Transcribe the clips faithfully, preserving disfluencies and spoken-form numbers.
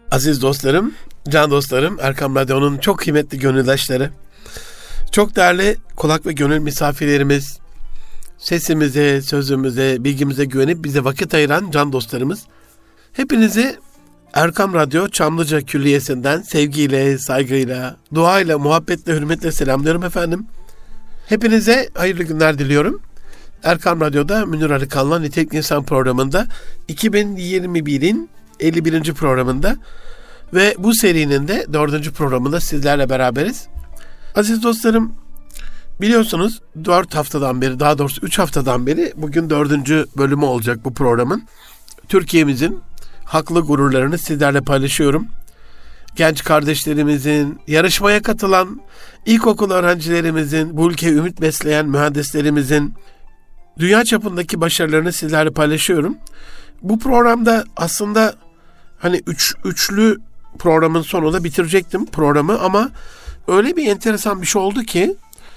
Aziz dostlarım, can dostlarım, Erkam Radyo'nun çok kıymetli gönüldaşları, çok değerli kulak ve gönül misafirlerimiz, sesimize, sözümüze, bilgimize güvenip bize vakit ayıran can dostlarımız, hepinizi Erkam Radyo Çamlıca Külliyesi'nden sevgiyle, saygıyla, duayla, muhabbetle, hürmetle selamlıyorum efendim. Hepinize hayırlı günler diliyorum. Erkam Radyo'da Münir Arıkan'la Nitelikli İnsan programında iki bin yirmi birin elli birinci programında ve bu serinin de dördüncü programında sizlerle beraberiz. Aziz dostlarım, biliyorsunuz dört haftadan beri, daha doğrusu üç haftadan beri bugün dördüncü bölümü olacak bu programın. Türkiye'mizin haklı gururlarını sizlerle paylaşıyorum. Genç kardeşlerimizin, yarışmaya katılan ilkokul öğrencilerimizin, bu ülkeye ümit besleyen mühendislerimizin dünya çapındaki başarılarını sizlerle paylaşıyorum. Bu programda aslında hani üç, üçlü programın sonunda bitirecektim programı ama öyle bir enteresan bir şey oldu ki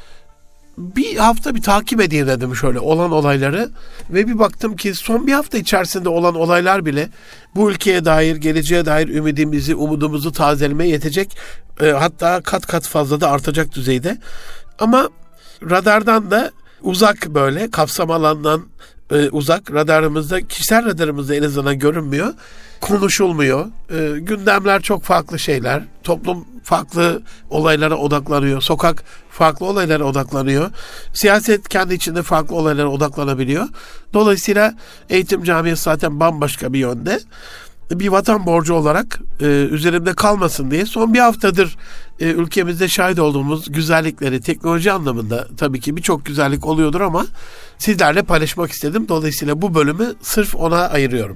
bir hafta bir takip edeyim dedim şöyle olan olayları ve bir baktım ki son bir hafta içerisinde olan olaylar bile bu ülkeye dair, geleceğe dair ümidimizi, umudumuzu tazelemeye yetecek, e, hatta kat kat fazla da artacak düzeyde. Ama radardan da uzak, böyle kapsam alandan e, uzak, radarımızda, kişisel radarımızda en azından görünmüyor, konuşulmuyor. E, gündemler çok farklı şeyler, toplum farklı olaylara odaklanıyor, sokak farklı olaylara odaklanıyor, siyaset kendi içinde farklı olaylara odaklanabiliyor. Dolayısıyla eğitim camiası zaten bambaşka bir yönde. Bir vatan borcu olarak e, üzerimde kalmasın diye son bir haftadır e, ülkemizde şahit olduğumuz güzellikleri, teknoloji anlamında tabii ki birçok güzellik oluyordur ama sizlerle paylaşmak istedim. Dolayısıyla bu bölümü sırf ona ayırıyorum.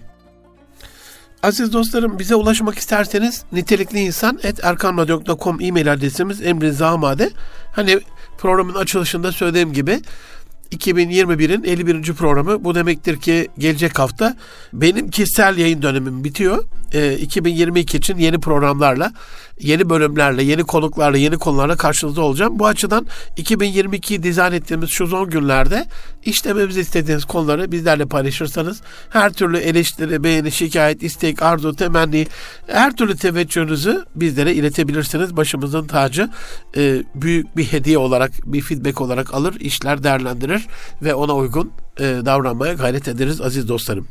Aziz dostlarım, bize ulaşmak isterseniz nitelikli insan et erkamradyo nokta com e-mail adresimiz emrinize amade. Hani programın açılışında söylediğim gibi iki bin yirmi birin elli birinci programı, bu demektir ki gelecek hafta benim kişisel yayın dönemim bitiyor. E, iki bin yirmi iki için yeni programlarla, yeni bölümlerle, yeni konuklarla, yeni konularla karşınızda olacağım. Bu açıdan iki bin yirmi ikiyi dizayn ettiğimiz şu son günlerde işlememizi istediğiniz konuları bizlerle paylaşırsanız, her türlü eleştiri, beğeni, şikayet, istek, arzu, temenni, her türlü teveccühünüzü bizlere iletebilirsiniz. Başımızın tacı, e, büyük bir hediye olarak, bir feedback olarak alır, işler değerlendirir ve ona uygun e, davranmaya gayret ederiz aziz dostlarım.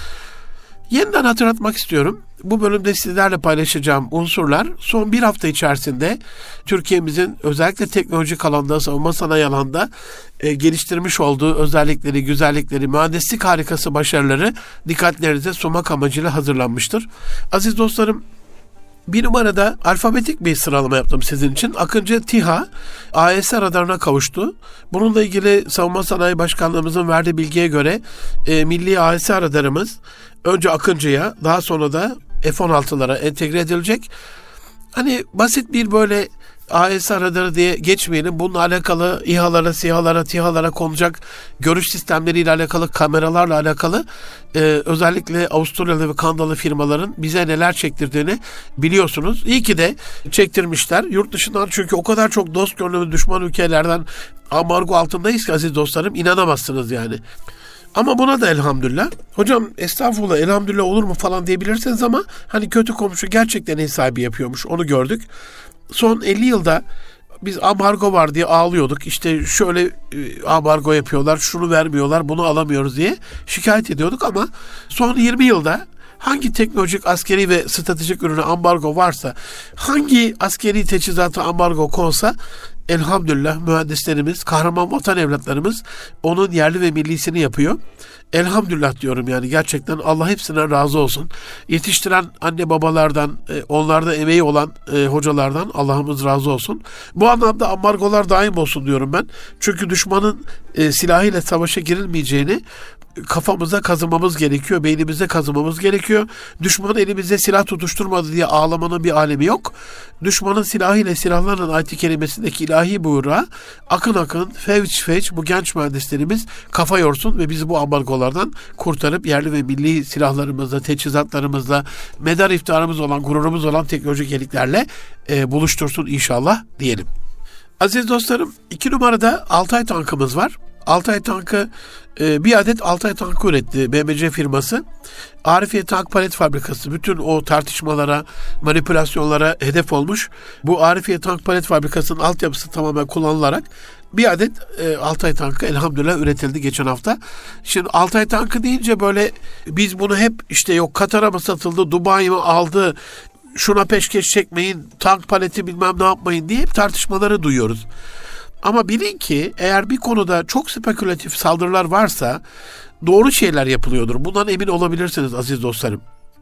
Yeniden hatırlatmak istiyorum. Bu bölümde sizlerle paylaşacağım unsurlar son bir hafta içerisinde Türkiye'mizin özellikle teknolojik alanda, savunma sanayi alanda e, geliştirmiş olduğu özellikleri, güzellikleri, mühendislik harikası başarıları dikkatlerinize sunmak amacıyla hazırlanmıştır. Aziz dostlarım, bir numarada alfabetik bir sıralama yaptım sizin için. Akıncı TİHA A E S radarına kavuştu. Bununla ilgili Savunma Sanayi Başkanlığımızın verdiği bilgiye göre e, milli A E S radarımız önce Akıncı'ya, daha sonra da F on altılara entegre edilecek. Hani basit bir böyle A E S radarı diye geçmeyelim. Bununla alakalı İHA'lara, SİHA'lara, TİHA'lara konacak görüş sistemleriyle alakalı, kameralarla alakalı e, özellikle Avusturyalı ve Kanadalı firmaların bize neler çektirdiğini biliyorsunuz. İyi ki de çektirmişler. Yurt dışından, çünkü o kadar çok dost gönüllü düşman ülkelerden ambargo altındayız ki aziz dostlarım, inanamazsınız yani. Ama buna da elhamdülillah. Hocam estağfurullah, elhamdülillah olur mu falan diyebilirsiniz ama hani kötü komşu gerçekten ev sahibi yapıyormuş, onu gördük. Son elli yılda biz ambargo var diye ağlıyorduk. İşte şöyle ambargo yapıyorlar, şunu vermiyorlar, bunu alamıyoruz diye şikayet ediyorduk ama son yirmi yılda hangi teknolojik, askeri ve stratejik ürüne ambargo varsa, hangi askeri teçhizata ambargo konsa, elhamdülillah mühendislerimiz, kahraman vatan evlatlarımız onun yerli ve millisini yapıyor. Elhamdülillah diyorum yani, gerçekten Allah hepsinden razı olsun. Yetiştiren anne babalardan, onlarda emeği olan hocalardan Allah'ımız razı olsun. Bu anlamda ambargolar daim olsun diyorum ben. Çünkü düşmanın silahıyla savaşa girilmeyeceğini kafamıza kazımamız gerekiyor, beynimize kazımamız gerekiyor. Düşman elimize silah tutuşturmadı diye ağlamanın bir alemi yok. Düşmanın silahıyla silahlanan ayet-i kerimesindeki ilahi buyruğa akın akın, fevç fevç bu genç mühendislerimiz kafa yorsun ve bizi bu ambargolardan kurtarıp yerli ve milli silahlarımızla, teçhizatlarımızla, medar iftiharımız olan, gururumuz olan teknolojik geliklerle e, buluştursun inşallah diyelim. Aziz dostlarım, iki numarada Altay tankımız var. Altay tankı e, bir adet Altay tankı üretti B M C firması. Arifiye Tank Palet Fabrikası bütün o tartışmalara, manipülasyonlara hedef olmuş. Bu Arifiye Tank Palet Fabrikası'nın altyapısı tamamen kullanılarak bir adet e, Altay tankı elhamdülillah üretildi geçen hafta. Şimdi Altay tankı deyince böyle biz bunu hep işte yok Katar'a mı satıldı, Dubai mi aldı, şuna peşkeş çekmeyin, tank paleti bilmem ne yapmayın diye hep tartışmaları duyuyoruz. Ama bilin ki eğer bir konuda çok spekülatif saldırılar varsa doğru şeyler yapılıyordur. Bundan emin olabilirsiniz aziz dostlarım.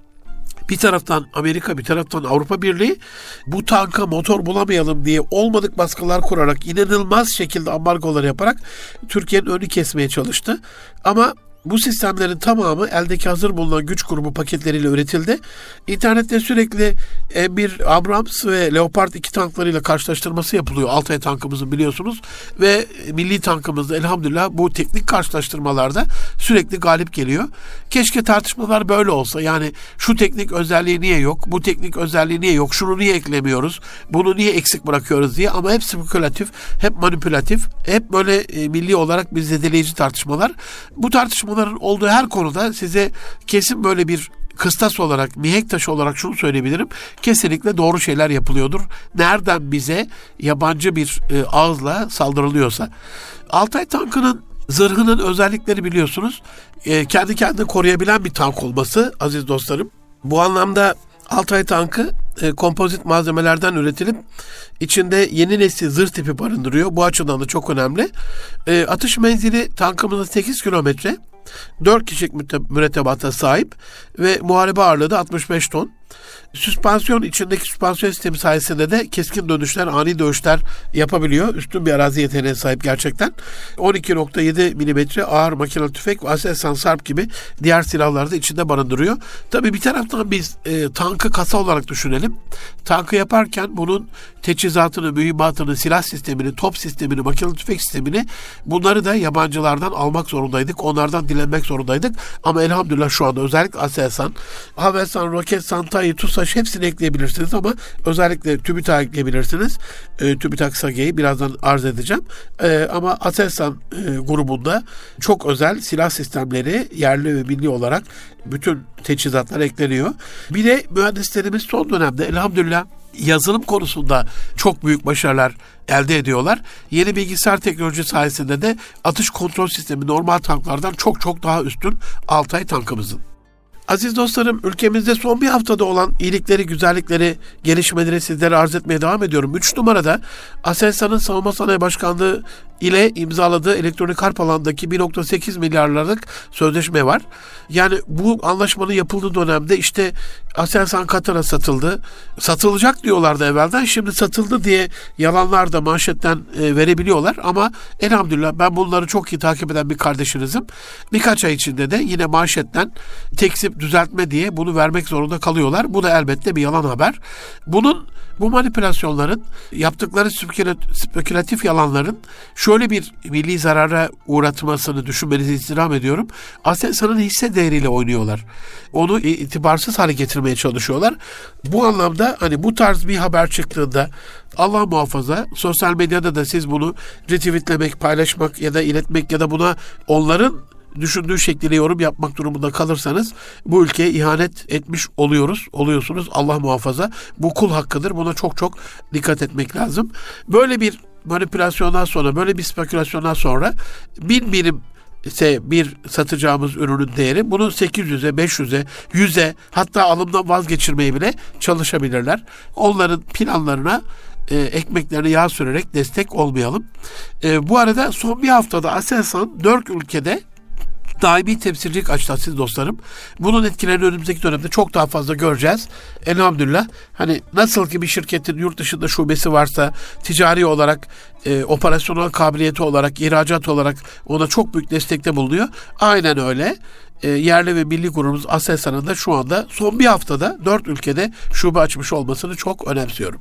Bir taraftan Amerika, bir taraftan Avrupa Birliği bu tanka motor bulamayalım diye olmadık baskılar kurarak, inanılmaz şekilde ambargolar yaparak Türkiye'nin önünü kesmeye çalıştı. Ama bu sistemlerin tamamı eldeki hazır bulunan güç grubu paketleriyle üretildi. İnternette sürekli M bir Abrams ve Leopard iki tanklarıyla karşılaştırması yapılıyor. Altay tankımızın biliyorsunuz. Ve milli tankımız elhamdülillah bu teknik karşılaştırmalarda sürekli galip geliyor. Keşke tartışmalar böyle olsa. Yani şu teknik özelliği niye yok? Bu teknik özelliği niye yok? Şunu niye eklemiyoruz? Bunu niye eksik bırakıyoruz diye. Ama hep spekülatif, hep manipülatif, hep böyle e, milli olarak bir zedeleyici tartışmalar. Bu tartışma Bunların olduğu her konuda size kesin böyle bir kıstas olarak, mihenk taşı olarak şunu söyleyebilirim. Kesinlikle doğru şeyler yapılıyordur. Nereden bize yabancı bir e, ağızla saldırılıyorsa. Altay tankının zırhının özellikleri biliyorsunuz. E, kendi kendini koruyabilen bir tank olması aziz dostlarım. Bu anlamda Altay tankı e, kompozit malzemelerden üretilip içinde yeni nesil zırh tipi barındırıyor. Bu açıdan da çok önemli. E, atış menzili tankımızın sekiz kilometre. dört kişilik mürettebata sahip ve muharebe ağırlığı da altmış beş ton. Süspansiyon içindeki süspansiyon sistemi sayesinde de keskin dönüşler, ani dönüşler yapabiliyor. Üstün bir arazi yeteneğine sahip gerçekten. on iki nokta yedi milimetre ağır makinalı tüfek ve Aselsan Sarp gibi diğer silahları da içinde barındırıyor. Tabii bir taraftan biz e, tankı kasa olarak düşünelim. Tankı yaparken bunun teçhizatını, mühimmatını, silah sistemini, top sistemini, makinalı tüfek sistemini bunları da yabancılardan almak zorundaydık. Onlardan dilenmek zorundaydık. Ama elhamdülillah şu anda özellikle Aselsan, Havelsan, Roketsan, Tayi, TUSAŞ hepsini ekleyebilirsiniz ama özellikle TÜBİTAK ekleyebilirsiniz. E, TÜBİTAK SAGE'yi birazdan arz edeceğim. E, ama Aselsan e, grubunda çok özel silah sistemleri yerli ve milli olarak bütün teçhizatlar ekleniyor. Bir de mühendislerimiz son dönemde elhamdülillah yazılım konusunda çok büyük başarılar elde ediyorlar. Yeni bilgisayar teknolojisi sayesinde de atış kontrol sistemi normal tanklardan çok çok daha üstün Altay tankımızın. Aziz dostlarım, ülkemizde son bir haftada olan iyilikleri, güzellikleri, gelişmeleri sizlere arz etmeye devam ediyorum. üç numarada Aselsan'ın Savunma Sanayi Başkanlığı ile imzaladığı elektronik harp alanındaki bir nokta sekiz milyar liralık sözleşme var. Yani bu anlaşmanın yapıldığı dönemde işte Aselsan Katar'a satıldı. Satılacak diyorlardı evvelden. Şimdi satıldı diye yalanlar da manşetten e, verebiliyorlar. Ama elhamdülillah ben bunları çok iyi takip eden bir kardeşinizim. Birkaç ay içinde de yine manşetten tekzip düzeltme diye bunu vermek zorunda kalıyorlar. Bu da elbette bir yalan haber. Bunun, bu manipülasyonların, yaptıkları spekülatif yalanların şöyle bir milli zarara uğratmasını düşünmenizi istirham ediyorum. Aselsan'ın hisse değeriyle oynuyorlar. Onu itibarsız hale getirmeye çalışıyorlar. Bu anlamda hani bu tarz bir haber çıktığında Allah muhafaza sosyal medyada da siz bunu retweetlemek, paylaşmak ya da iletmek ya da buna onların düşündüğü şekliyle yorum yapmak durumunda kalırsanız bu ülkeye ihanet etmiş oluyoruz, oluyorsunuz. Allah muhafaza. Bu kul hakkıdır. Buna çok çok dikkat etmek lazım. Böyle bir manipülasyondan sonra, böyle bir spekülasyondan sonra bin birim ise bir satacağımız ürünün değeri bunu sekiz yüze, beş yüze, yüze hatta alımdan vazgeçirmeye bile çalışabilirler. Onların planlarına e, ekmeklerini yağ sürerek destek olmayalım. E, bu arada son bir haftada Aselsan dört ülkede daimi temsilcilik açtı siz dostlarım. Bunun etkilerini önümüzdeki dönemde çok daha fazla göreceğiz. Elhamdülillah. Hani nasıl ki bir şirketin yurt dışında şubesi varsa ticari olarak, e, operasyonel kabiliyeti olarak, ihracat olarak ona çok büyük destekte bulunuyor. Aynen öyle. E, yerli ve milli gururumuz Aselsan'ın da şu anda son bir haftada dört ülkede şube açmış olmasını çok önemsiyorum.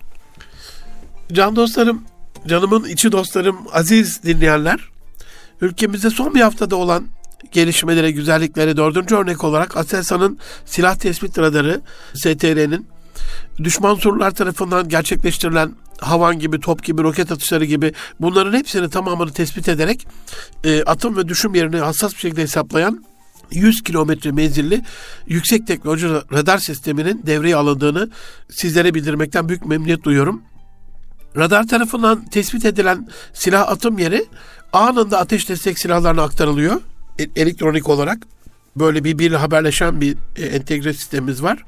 Can dostlarım, canımın içi dostlarım, aziz dinleyenler, ülkemizde son bir haftada olan gelişmelere, güzelliklere dördüncü örnek olarak Aselsan'ın silah tespit radarı S T R'nin düşman surlar tarafından gerçekleştirilen havan gibi, top gibi, roket atışları gibi bunların hepsini tamamını tespit ederek e, atım ve düşüm yerini hassas bir şekilde hesaplayan yüz kilometre menzilli yüksek teknoloji radar sisteminin devreye alındığını sizlere bildirmekten büyük memnuniyet duyuyorum. Radar tarafından tespit edilen silah atım yeri anında ateş destek silahlarına aktarılıyor. E- elektronik olarak böyle birbiriyle haberleşen bir e, entegre sistemimiz var.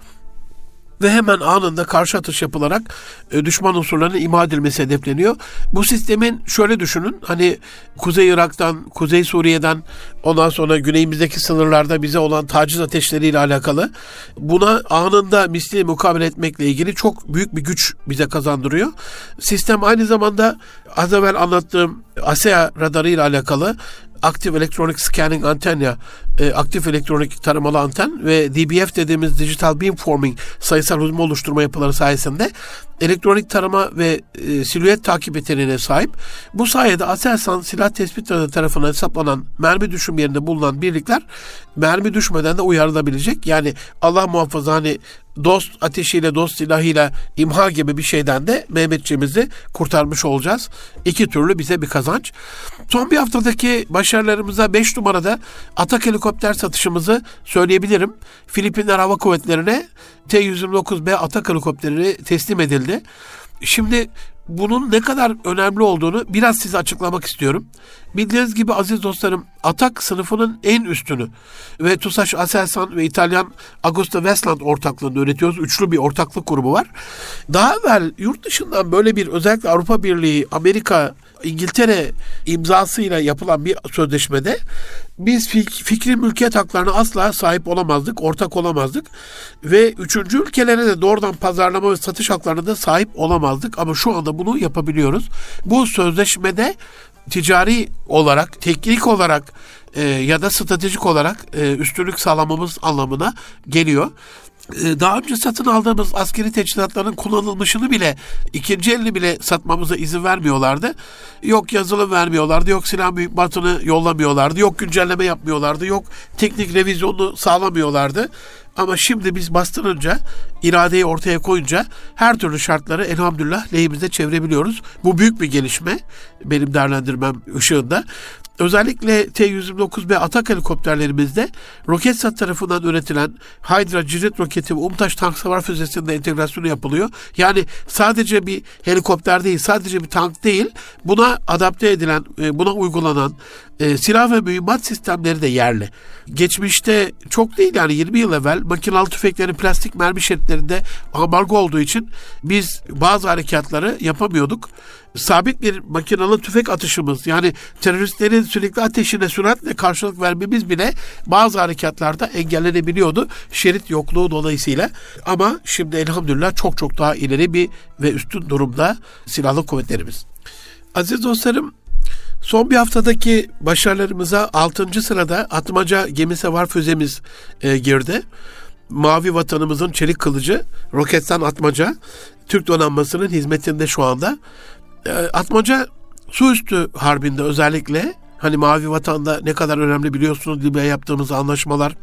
Ve hemen anında karşı atış yapılarak e, düşman unsurlarının imha edilmesi hedefleniyor. Bu sistemin şöyle düşünün, hani Kuzey Irak'tan, Kuzey Suriye'den, ondan sonra güneyimizdeki sınırlarda bize olan taciz ateşleriyle alakalı buna anında misli mukabele etmekle ilgili çok büyük bir güç bize kazandırıyor. Sistem aynı zamanda az evvel anlattığım A S E A radarı ile alakalı Active Electronic Scanning Antenna, e, aktif elektronik taramalı anten ve D B F dediğimiz Digital Beamforming sayısal hüzme oluşturma yapıları sayesinde elektronik tarama ve e, silüet takip yeteneğine sahip. Bu sayede Aselsan silah tespit radarı tarafından hesaplanan mermi düşüm yerinde bulunan birlikler mermi düşmeden de uyarılabilecek. Yani Allah muhafaza hani dost ateşiyle, dost silahıyla imha gibi bir şeyden de Mehmetçiğimizi kurtarmış olacağız. İki türlü bize bir kazanç. Son bir haftadaki başarılarımıza beş numarada Atak helikopter satışımızı söyleyebilirim. Filipinler Hava Kuvvetleri'ne T yüz yirmi dokuz B Atak helikopteri teslim edildi. Şimdi bunun ne kadar önemli olduğunu biraz size açıklamak istiyorum. Bildiğiniz gibi aziz dostlarım, Atak sınıfının en üstünü ve TUSAŞ Aselsan ve İtalyan Agusta Westland ortaklığında üretiyoruz. Üçlü bir ortaklık grubu var. Daha evvel yurt dışından böyle bir, özellikle Avrupa Birliği, Amerika, İngiltere imzasıyla yapılan bir sözleşmede biz fik- fikri mülkiyet haklarına asla sahip olamazdık, ortak olamazdık ve üçüncü ülkelere de doğrudan pazarlama ve satış haklarına da sahip olamazdık ama şu anda bunu yapabiliyoruz. Bu sözleşmede ticari olarak, teknik olarak e, ya da stratejik olarak e, üstünlük sağlamamız anlamına geliyor. Daha önce satın aldığımız askeri teçhizatların kullanılmışını bile, ikinci elini bile satmamıza izin vermiyorlardı. Yok yazılım vermiyorlardı, yok silah mühimmatını yollamıyorlardı, yok güncelleme yapmıyorlardı, yok teknik revizyonu sağlamıyorlardı. Ama şimdi biz bastırınca, iradeyi ortaya koyunca her türlü şartları elhamdülillah lehimize çevirebiliyoruz. Bu büyük bir gelişme benim değerlendirmem ışığında. Özellikle T yüz yirmi dokuz B Atak helikopterlerimizde Roketsat tarafından üretilen Hydra cirit roketi ve Umtaş tank savar füzesinde entegrasyonu yapılıyor. Yani sadece bir helikopter değil, sadece bir tank değil, buna adapte edilen, buna uygulanan e, silah ve mühimmat sistemleri de yerli. Geçmişte çok değil, yani yirmi yıl evvel makinalı tüfeklerin plastik mermi şeritlerinde ambargo olduğu için biz bazı harekatları yapamıyorduk. Sabit bir makinalı tüfek atışımız, yani teröristlerin sürekli ateşine süratle karşılık vermemiz bile bazı harekatlarda engellenebiliyordu şerit yokluğu dolayısıyla. Ama şimdi elhamdülillah çok çok daha ileri bir ve üstün durumda silahlı kuvvetlerimiz. Aziz dostlarım, son bir haftadaki başarılarımıza altıncı sırada Atmaca gemi savar füzemiz e, girdi. Mavi vatanımızın çelik kılıcı Roketsan Atmaca Türk donanmasının hizmetinde şu anda. E, Atmaca su üstü harbinde özellikle, hani Mavi Vatan'da ne kadar önemli biliyorsunuz, Libya yaptığımız anlaşmalar,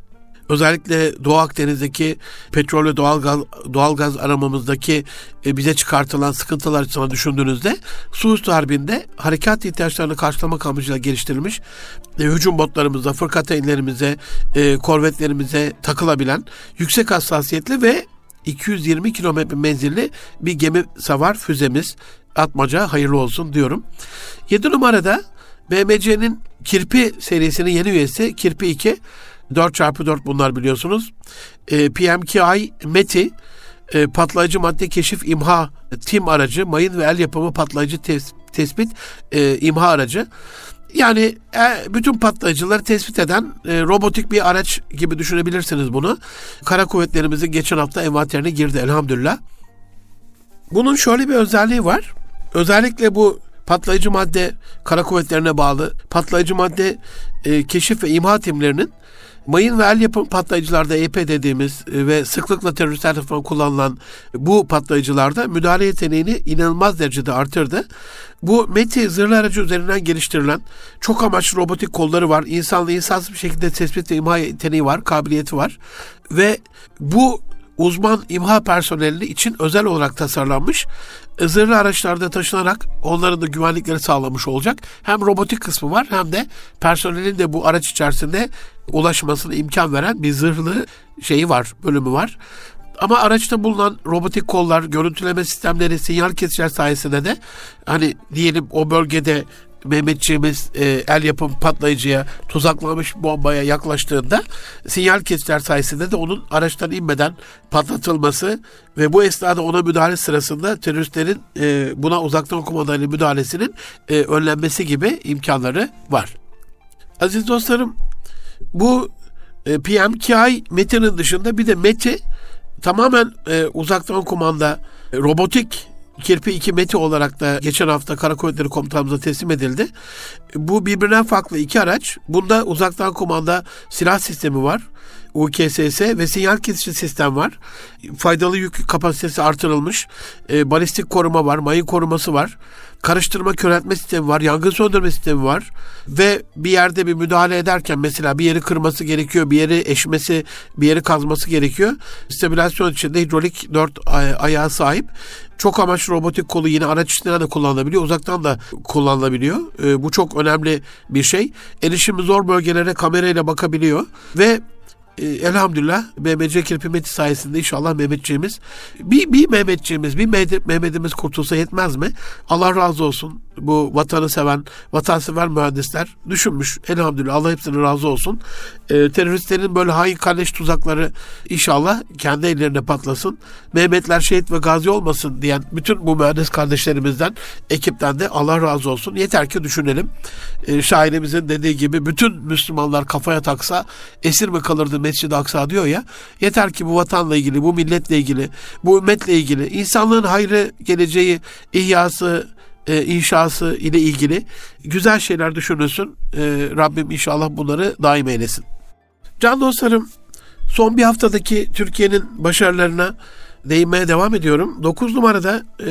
özellikle Doğu Akdeniz'deki petrol ve doğalgaz, doğalgaz aramamızdaki e, bize çıkartılan sıkıntılar açısından düşündüğünüzde su üstü harbinde harekat ihtiyaçlarını karşılamak amacıyla geliştirilmiş e, hücum botlarımıza, fırkateynlerimize, e, korvetlerimize takılabilen yüksek hassasiyetli ve iki yüz yirmi kilometre menzilli bir gemi savar füzemiz Atmaca hayırlı olsun diyorum. yedi numarada B M C'nin Kirpi serisinin yeni üyesi Kirpi iki, dört çarpı dört bunlar biliyorsunuz. E, P M K I METI e, patlayıcı madde keşif imha tim aracı, mayın ve el yapımı patlayıcı tes- tespit e, imha aracı. Yani e, bütün patlayıcıları tespit eden e, robotik bir araç gibi düşünebilirsiniz bunu. Kara kuvvetlerimizin geçen hafta envanterine girdi elhamdülillah. Bunun şöyle bir özelliği var. Özellikle bu patlayıcı madde kara kuvvetlerine bağlı patlayıcı madde e, keşif ve imha timlerinin mayın ve el yapımı patlayıcılarda E P dediğimiz e, ve sıklıkla teröristler tarafından kullanılan bu patlayıcılarda müdahale yeteneğini inanılmaz derecede artırdı. Bu METI zırhlı aracı üzerinden geliştirilen çok amaçlı robotik kolları var. İnsanlı insansız bir şekilde tespit ve imha yeteneği var, kabiliyeti var. Ve bu uzman imha personeli için özel olarak tasarlanmış. Zırhlı araçlarda taşınarak onların da güvenlikleri sağlamış olacak. Hem robotik kısmı var hem de personelin de bu araç içerisinde ulaşmasına imkan veren bir zırhlı şeyi var, bölümü var. Ama araçta bulunan robotik kollar, görüntüleme sistemleri, sinyal kesiciler sayesinde de hani diyelim o bölgede Mehmetçiğimiz e, el yapım patlayıcıya, tuzaklanmış bombaya yaklaştığında sinyal kesiciler sayesinde de onun araçtan inmeden patlatılması ve bu esnada ona müdahale sırasında teröristlerin e, buna uzaktan kumandalı müdahalesinin e, önlenmesi gibi imkanları var. Aziz dostlarım, bu e, P M K I MET'inin dışında bir de MET'i tamamen e, uzaktan kumanda e, robotik Kirpi iki MET'i olarak da geçen hafta Kara Kuvvetleri Komutanımıza teslim edildi. Bu birbirinden farklı iki araç. Bunda uzaktan kumanda silah sistemi var. U K S S ve sinyal kesici sistem var. Faydalı yük kapasitesi artırılmış. E, balistik koruma var, mayın koruması var. Karıştırma köreltme sistemi var, yangın söndürme sistemi var. Ve bir yerde bir müdahale ederken mesela bir yeri kırması gerekiyor, bir yeri eşmesi, bir yeri kazması gerekiyor. Stabilizasyon içinde hidrolik dört ay- ayağa sahip. Çok amaçlı robotik kolu yine araç içinden de kullanılabiliyor, uzaktan da kullanılabiliyor. E, bu çok önemli bir şey. Erişimi zor bölgelere kamerayla bakabiliyor ve e, elhamdülillah Mehmetçi Kirpi MET'i sayesinde inşallah Mehmetçiğimiz bir, bir Mehmetçiğimiz, bir Mehmet'imiz kurtulsa yetmez mi? Allah razı olsun. Bu vatanı seven, vatansever mühendisler düşünmüş. Elhamdülillah Allah hepsine razı olsun. E, teröristlerin böyle hain kalleş tuzakları inşallah kendi ellerine patlasın. Mehmetler şehit ve gazi olmasın diyen bütün bu mühendis kardeşlerimizden, ekipten de Allah razı olsun. Yeter ki düşünelim. E, şairimizin dediği gibi bütün Müslümanlar kafaya taksa esir mi kalırdı Mescid-i Aksa diyor ya. Yeter ki bu vatanla ilgili, bu milletle ilgili, bu ümmetle ilgili, insanlığın hayrı, geleceği, ihyası, E, inşası ile ilgili güzel şeyler düşünülsün. E, Rabbim inşallah bunları daim eylesin. Can dostlarım, son bir haftadaki Türkiye'nin başarılarına değinmeye devam ediyorum. dokuz numarada e,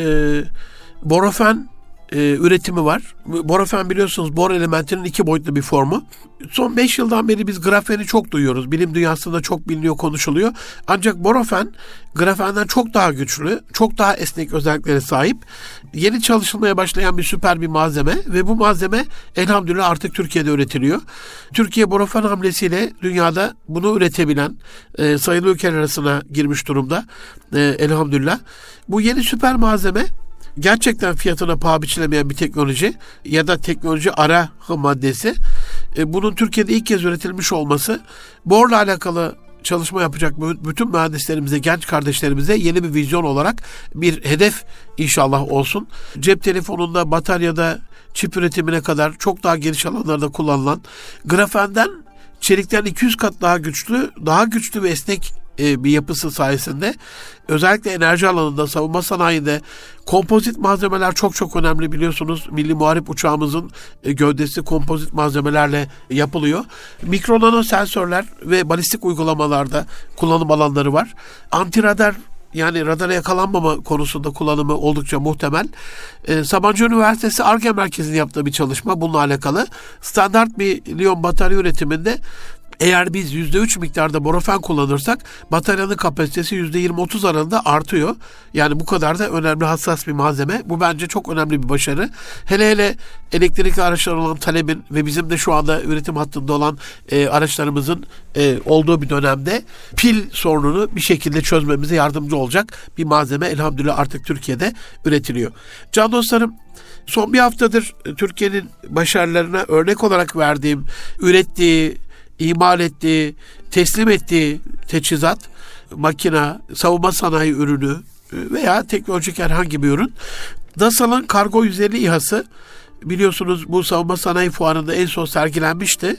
borofen e, üretimi var. Borofen biliyorsunuz bor elementinin iki boyutlu bir formu. Son beş yıldan beri biz grafeni çok duyuyoruz. Bilim dünyasında çok biliniyor, konuşuluyor. Ancak borofen grafenden çok daha güçlü, çok daha esnek özelliklere sahip. Yeni çalışılmaya başlayan bir süper bir malzeme ve bu malzeme elhamdülillah artık Türkiye'de üretiliyor. Türkiye borofen hamlesiyle dünyada bunu üretebilen e, sayılı ülkeler arasına girmiş durumda. E, elhamdülillah. Bu yeni süper malzeme gerçekten fiyatına paha biçilemeyen bir teknoloji ya da teknoloji ara maddesi. E, bunun Türkiye'de ilk kez üretilmiş olması borla alakalı çalışma yapacak bütün mühendislerimize, genç kardeşlerimize yeni bir vizyon olarak bir hedef inşallah olsun. Cep telefonunda, bataryada, çip üretimine kadar çok daha geniş alanlarda kullanılan grafenden, çelikten iki yüz kat daha güçlü, daha güçlü ve esnek bir yapısı sayesinde özellikle enerji alanında, savunma sanayinde kompozit malzemeler çok çok önemli, biliyorsunuz. Milli Muharip uçağımızın gövdesi kompozit malzemelerle yapılıyor. Mikro nano sensörler ve balistik uygulamalarda kullanım alanları var. Antiradar, yani radara yakalanmama konusunda kullanımı oldukça muhtemel. Ee, Sabancı Üniversitesi Ar-Ge Merkezi'nin yaptığı bir çalışma bununla alakalı. Standart bir liyon batarya üretiminde eğer biz yüzde üç miktarda borofen kullanırsak bataryanın kapasitesi yüzde yirmi otuz aralığında artıyor. Yani bu kadar da önemli, hassas bir malzeme. Bu bence çok önemli bir başarı. Hele hele elektrikli araçlar olan talebin ve bizim de şu anda üretim hattında olan e, araçlarımızın e, olduğu bir dönemde pil sorununu bir şekilde çözmemize yardımcı olacak bir malzeme elhamdülillah artık Türkiye'de üretiliyor. Can dostlarım, son bir haftadır Türkiye'nin başarılarına örnek olarak verdiğim, ürettiği, imal ettiği, teslim ettiği teçhizat, makina, savunma sanayi ürünü veya teknolojik herhangi bir ürün. DASA'nın Kargo yüz elli İHA'sı biliyorsunuz bu savunma sanayi fuarında en son sergilenmişti.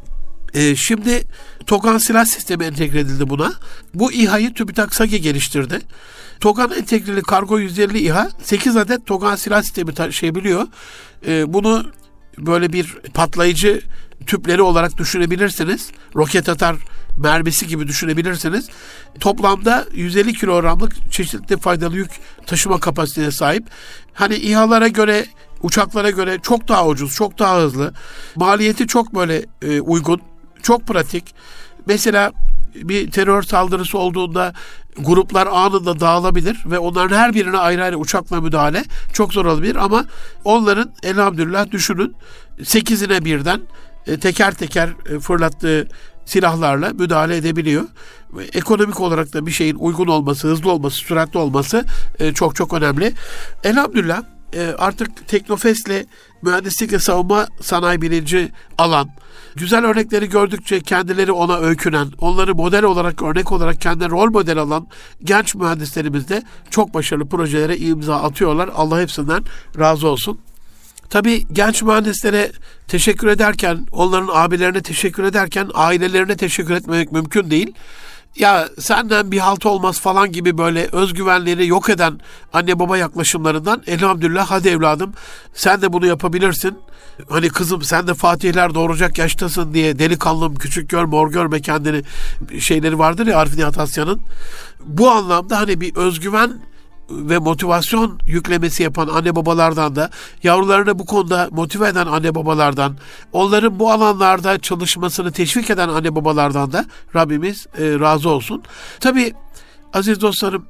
Ee, şimdi TOGAN silah sistemi entegre edildi buna. Bu İHA'yı TÜBİTAK SAGE geliştirdi. TOGAN entegreli Kargo yüz elli İHA sekiz adet TOGAN silah sistemi taşıyabiliyor. Ee, bunu böyle bir patlayıcı tüpleri olarak düşünebilirsiniz. Roket atar mermisi gibi düşünebilirsiniz. Toplamda yüz elli kilogramlık çeşitli faydalı yük taşıma kapasitesine sahip. Hani İHA'lara göre, uçaklara göre çok daha ucuz, çok daha hızlı. Maliyeti çok böyle e, uygun, çok pratik. Mesela bir terör saldırısı olduğunda gruplar anında dağılabilir ve onların her birine ayrı ayrı uçakla müdahale çok zor olabilir ama onların elhamdülillah düşünün sekizine birden teker teker fırlattığı silahlarla müdahale edebiliyor. Ekonomik olarak da bir şeyin uygun olması, hızlı olması, süratli olması çok çok önemli. Elhamdülillah artık Teknofest'le mühendislik ve savunma sanayi bilinci alan, güzel örnekleri gördükçe kendileri ona öykünen, onları model olarak, örnek olarak kendine rol model alan genç mühendislerimiz de çok başarılı projelere imza atıyorlar. Allah hepsinden razı olsun. Tabii genç mühendislere teşekkür ederken, onların abilerine teşekkür ederken ailelerine teşekkür etmemek mümkün değil. Ya senden bir halt olmaz falan gibi böyle özgüvenleri yok eden anne baba yaklaşımlarından elhamdülillah hadi evladım sen de bunu yapabilirsin. Hani kızım sen de fatihler doğuracak yaştasın diye delikanlım küçük görme hor görme kendini şeyleri vardır ya Arif Nihat Asya'nın. Bu anlamda hani bir özgüven ve motivasyon yüklemesi yapan anne babalardan da, yavrularını bu konuda motive eden anne babalardan, onların bu alanlarda çalışmasını teşvik eden anne babalardan da Rabbimiz e, razı olsun. Tabii aziz dostlarım,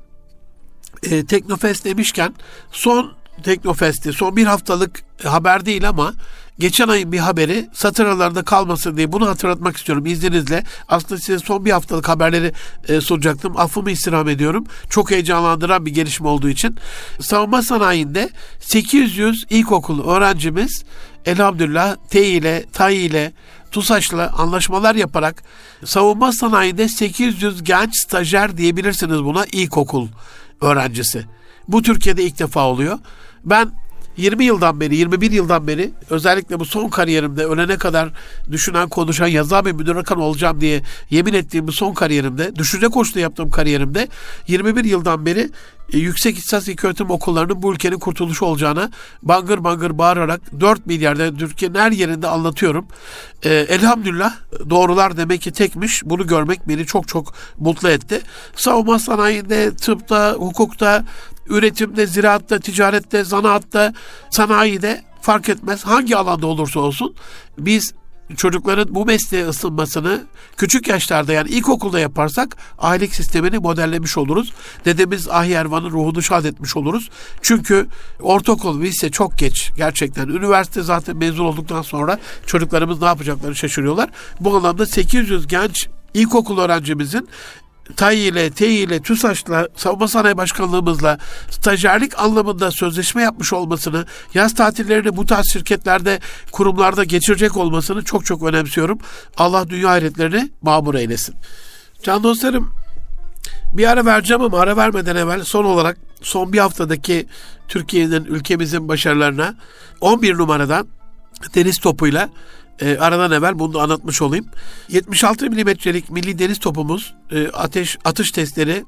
e, Teknofest demişken son Teknofest'i, son bir haftalık haber değil ama geçen ayın bir haberi satır aralarında kalmasın diye bunu hatırlatmak istiyorum izninizle. Aslında size son bir haftalık haberleri e, sunacaktım. Affımı istirham ediyorum. Çok heyecanlandıran bir gelişme olduğu için. Savunma sanayinde sekiz yüz ilkokul öğrencimiz elhamdülillah T İ ile, T A İ ile, TUSAŞ'la anlaşmalar yaparak savunma sanayinde sekiz yüz genç stajyer diyebilirsiniz buna ilkokul öğrencisi. Bu Türkiye'de ilk defa oluyor. Ben yirmi yıldan beri, yirmi bir yıldan beri özellikle bu son kariyerimde ölene kadar düşünen, konuşan, yazar ve müdür bakan olacağım diye yemin ettiğim bu son kariyerimde, düşünce koçluğu yaptığım kariyerimde yirmi bir yıldan beri e, yüksek ihtisas ilköğretim okullarının bu ülkenin kurtuluşu olacağına bangır bangır bağırarak dört milyarda Türkiye'nin her yerinde anlatıyorum. E, elhamdülillah doğrular demek ki tekmiş. Bunu görmek beni çok çok mutlu etti. Savunma sanayinde, tıpta, hukukta, üretimde, ziraatta, ticarette, zanaatta, sanayide fark etmez. Hangi alanda olursa olsun biz çocukların bu mesleğe ısınmasını küçük yaşlarda yani ilkokulda yaparsak ailelik sistemini modellemiş oluruz. Dedemiz Ahi Ervan'ın ruhunu şad etmiş oluruz. Çünkü ortaokul, lise çok geç gerçekten. Üniversite zaten mezun olduktan sonra çocuklarımız ne yapacaklarını şaşırıyorlar. Bu anlamda sekiz yüz genç ilkokul öğrencimizin T A İ ile, T İ ile, TUSAŞ'la, Savunma Sanayi Başkanlığımızla stajyerlik anlamında sözleşme yapmış olmasını, yaz tatillerini bu tarz şirketlerde, kurumlarda geçirecek olmasını çok çok önemsiyorum. Allah dünya hayretlerini mamur eylesin. Can dostlarım, bir ara vereceğim ama ara vermeden evvel son olarak son bir haftadaki Türkiye'nin, ülkemizin başarılarına on bir numaradan deniz topuyla E, aradan evvel bunu da anlatmış olayım. yetmiş altı milimetrelik milli deniz topumuz e, ateş atış testleri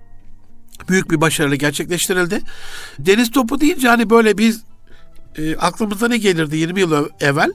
büyük bir başarıyla gerçekleştirildi. Deniz topu deyince hani böyle biz e, aklımıza ne gelirdi yirmi yıl evvel?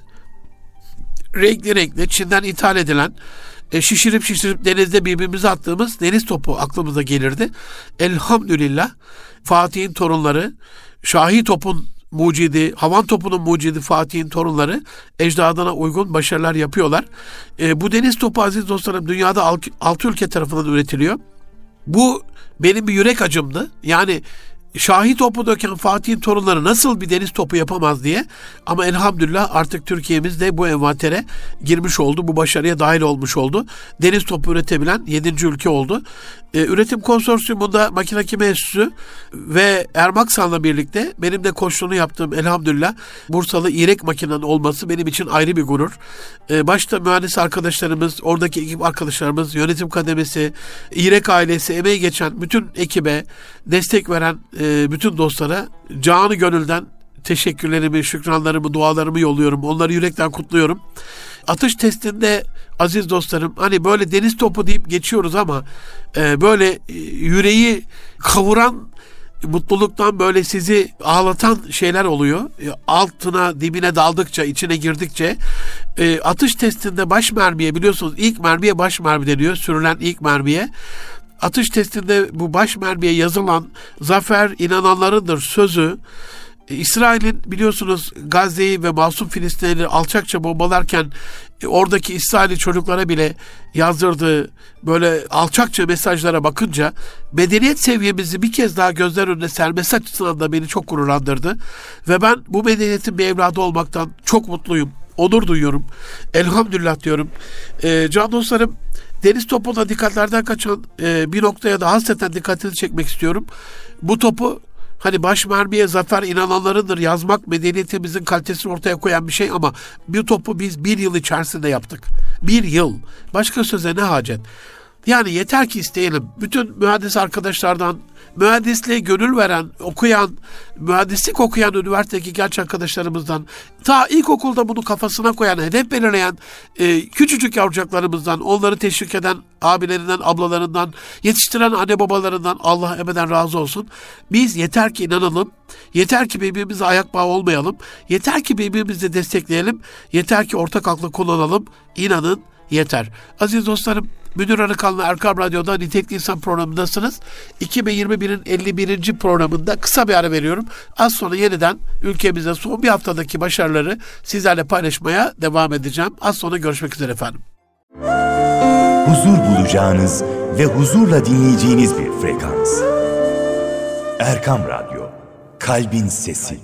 Renkli renkli Çin'den ithal edilen e, şişirip şişirip denizde birbirimize attığımız deniz topu aklımıza gelirdi. Elhamdülillah Fatih'in torunları, Şahi topun mucidi, havan topunun mucidi Fatih'in torunları ecdadına uygun başarılar yapıyorlar. E, bu deniz topu aziz dostlarım dünyada altı ülke tarafından üretiliyor. Bu benim bir yürek acımdı. Yani Şahi topu döken Fatih'in torunları nasıl bir deniz topu yapamaz diye. Ama elhamdülillah artık Türkiye'miz de bu envantere girmiş oldu. Bu başarıya dahil olmuş oldu. Deniz topu üretebilen yedinci ülke oldu. Ee, üretim konsorsiyumunda Makine Kimya Enstitüsü ve Ermaksan'la birlikte benim de koçluğunu yaptığım elhamdülillah Bursalı İrek Makine'nin olması benim için ayrı bir gurur. Ee, başta mühendis arkadaşlarımız, oradaki ekip arkadaşlarımız, yönetim kademesi, İrek ailesi, emeği geçen bütün ekibe, destek veren e, bütün dostlara canı gönülden teşekkürlerimi, şükranlarımı, dualarımı yolluyorum. Onları yürekten kutluyorum. Atış testinde aziz dostlarım hani böyle deniz topu deyip geçiyoruz ama e, böyle e, yüreği kavuran, mutluluktan böyle sizi ağlatan şeyler oluyor. E, altına, dibine daldıkça, içine girdikçe e, atış testinde baş mermiye, biliyorsunuz ilk mermiye baş mermi deniyor. Sürülen ilk mermiye. Atış testinde bu baş mermiye yazılan zafer inananlarındır sözü E, İsrail'in biliyorsunuz Gazze'yi ve masum Filistinleri alçakça bombalarken e, oradaki İsrailli çocuklara bile yazdırdığı böyle alçakça mesajlara bakınca medeniyet seviyemizi bir kez daha gözler önüne sermesi açısından da beni çok gururlandırdı. Ve ben bu medeniyetin bir evladı olmaktan çok mutluyum. Onur duyuyorum. Elhamdülillah diyorum. E, can dostlarım, deniz topuna dikkatlerden kaçan e, bir noktaya da hasreten dikkatini çekmek istiyorum. Bu topu hani baş mermiye zafer inananlarındır, yazmak medeniyetimizin kalitesini ortaya koyan bir şey ama bu topu biz bir yıl içerisinde yaptık. Bir yıl. Başka söze ne hacet? Yani yeter ki isteyelim. Bütün mühendis arkadaşlardan, mühendisliğe gönül veren, okuyan, mühendislik okuyan üniversitedeki genç arkadaşlarımızdan, ta ilkokulda bunu kafasına koyan, hedef belirleyen e, küçücük yavrucaklarımızdan, onları teşvik eden abilerinden, ablalarından, yetiştiren anne babalarından Allah ebeden razı olsun. Biz yeter ki inanalım, yeter ki birbirimize ayak bağı olmayalım, yeter ki birbirimizi destekleyelim, yeter ki ortak aklı kullanalım, inanın yeter. Aziz dostlarım, Münir Arıkan'la Erkam Radyo'da Nitelikli İnsan programındasınız. iki bin yirmi birin elli birinci programında kısa bir ara veriyorum. Az sonra yeniden ülkemizde son bir haftadaki başarıları sizlerle paylaşmaya devam edeceğim. Az sonra görüşmek üzere efendim. Huzur bulacağınız ve huzurla dinleyeceğiniz bir frekans. Erkam Radyo, Kalbin Sesi.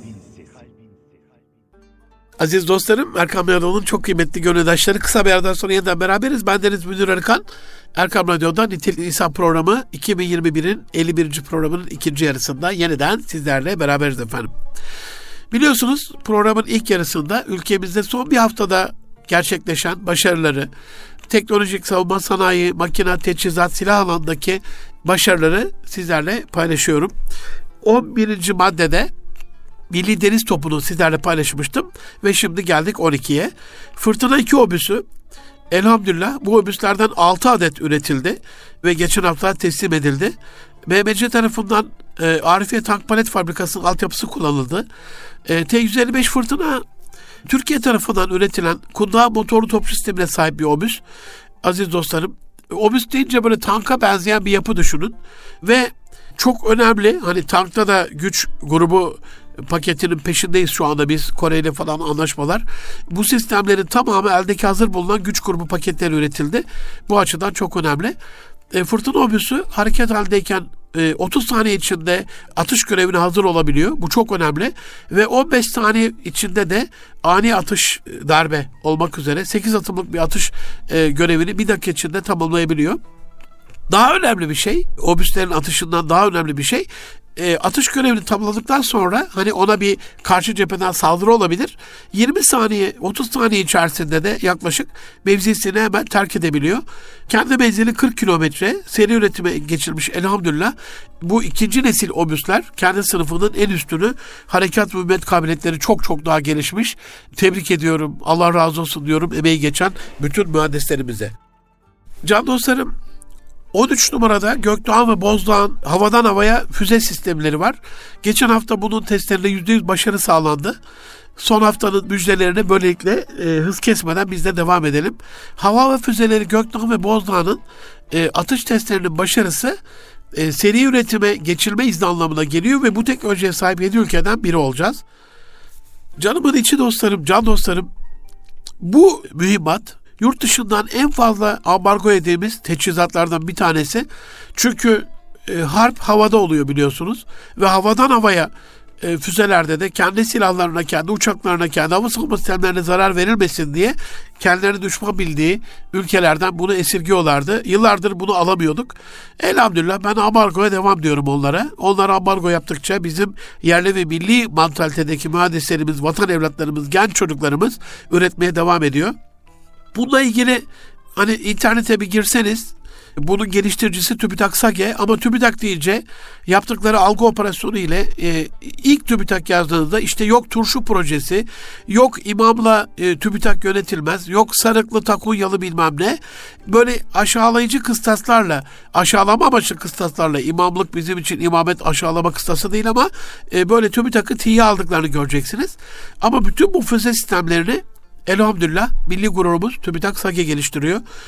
Aziz dostlarım, Erkam Radyo'nun çok kıymetli gönüldaşları, kısa bir aradan sonra yeniden beraberiz. Bendeniz Münir Arıkan. Erkam Radyo'da Nitelikli İnsan programı iki bin yirmi birin elli birinci programının ikinci yarısında yeniden sizlerle beraberiz efendim. Biliyorsunuz programın ilk yarısında ülkemizde son bir haftada gerçekleşen başarıları, teknolojik, savunma sanayi, makine, teçhizat, silah alanındaki başarıları sizlerle paylaşıyorum. on birinci maddede Milli Deniz Topu'nu sizlerle paylaşmıştım ve şimdi geldik on ikiye. Fırtına iki obüsü, elhamdülillah bu obüslerden altı adet üretildi ve geçen hafta teslim edildi. B M C tarafından e, Arifiye Tank Palet Fabrikası'nın altyapısı kullanıldı. E, T yüz elli beş Fırtına Türkiye tarafından üretilen kundağı motorlu top sistemine sahip bir obüs. Aziz dostlarım, obüs deyince böyle tanka benzeyen bir yapı düşünün ve çok önemli, hani tankta da güç grubu paketinin peşindeyiz şu anda biz, Kore ile falan anlaşmalar. Bu sistemlerin tamamı eldeki hazır bulunan güç grubu paketleri üretildi. Bu açıdan çok önemli. E, fırtına obüsü hareket halindeyken e, otuz saniye içinde atış görevine hazır olabiliyor. Bu çok önemli. Ve on beş saniye içinde de ani atış darbe olmak üzere sekiz atımlık bir atış e, görevini bir dakika içinde tamamlayabiliyor. Daha önemli bir şey, obüslerin atışından daha önemli bir şey, e, atış görevini tamamladıktan sonra hani ona bir karşı cepheden saldırı olabilir. yirmi saniye, otuz saniye içerisinde de yaklaşık mevzisini hemen terk edebiliyor. Kendi menzili kırk kilometre, seri üretime geçilmiş elhamdülillah. Bu ikinci nesil obüsler kendi sınıfının en üstünü, harekat ve mümet kabiliyetleri çok çok daha gelişmiş. Tebrik ediyorum, Allah razı olsun diyorum emeği geçen bütün mühendislerimize. Can dostlarım, on üç numarada Gökdoğan ve Bozdağ'ın havadan havaya füze sistemleri var. Geçen hafta bunun testlerinde yüzde yüz başarı sağlandı. Son haftanın müjdelerine böylelikle e, hız kesmeden biz de devam edelim. Hava ve füzeleri Gökdoğan ve Bozdağ'ın e, atış testlerinin başarısı e, seri üretime geçilme izni anlamına geliyor ve bu teknolojiye sahip yedi ülkeden biri olacağız. Canımın içi dostlarım, can dostlarım, bu mühimmat yurt dışından en fazla ambargo yediğimiz teçhizatlardan bir tanesi. Çünkü e, harp havada oluyor biliyorsunuz. Ve havadan havaya e, füzelerde de kendi silahlarına, kendi uçaklarına, kendi hava savunma sistemlerine zarar verilmesin diye kendilerini düşman bildiği ülkelerden bunu esirgiyorlardı. Yıllardır bunu alamıyorduk. Elhamdülillah ben ambargoya devam diyorum onlara. Onlara ambargo yaptıkça bizim yerli ve milli mantalitedeki mühendislerimiz, vatan evlatlarımız, genç çocuklarımız üretmeye devam ediyor. Bununla ilgili hani internete bir girseniz, bunun geliştiricisi TÜBİTAK SAGE, ama TÜBİTAK deyince yaptıkları algı operasyonu ile e, ilk TÜBİTAK yazdığınızda işte yok turşu projesi, yok imamla e, TÜBİTAK yönetilmez, yok sarıklı takunyalı bilmem ne, böyle aşağılayıcı kıstaslarla, aşağılama amaçlı kıstaslarla, imamlık bizim için imamet aşağılama kıstası değil ama e, böyle TÜBİTAK'ı tiye aldıklarını göreceksiniz. Ama bütün bu füze sistemlerini elhamdülillah milli gururumuz TÜBİTAK SAGE geliştiriyor.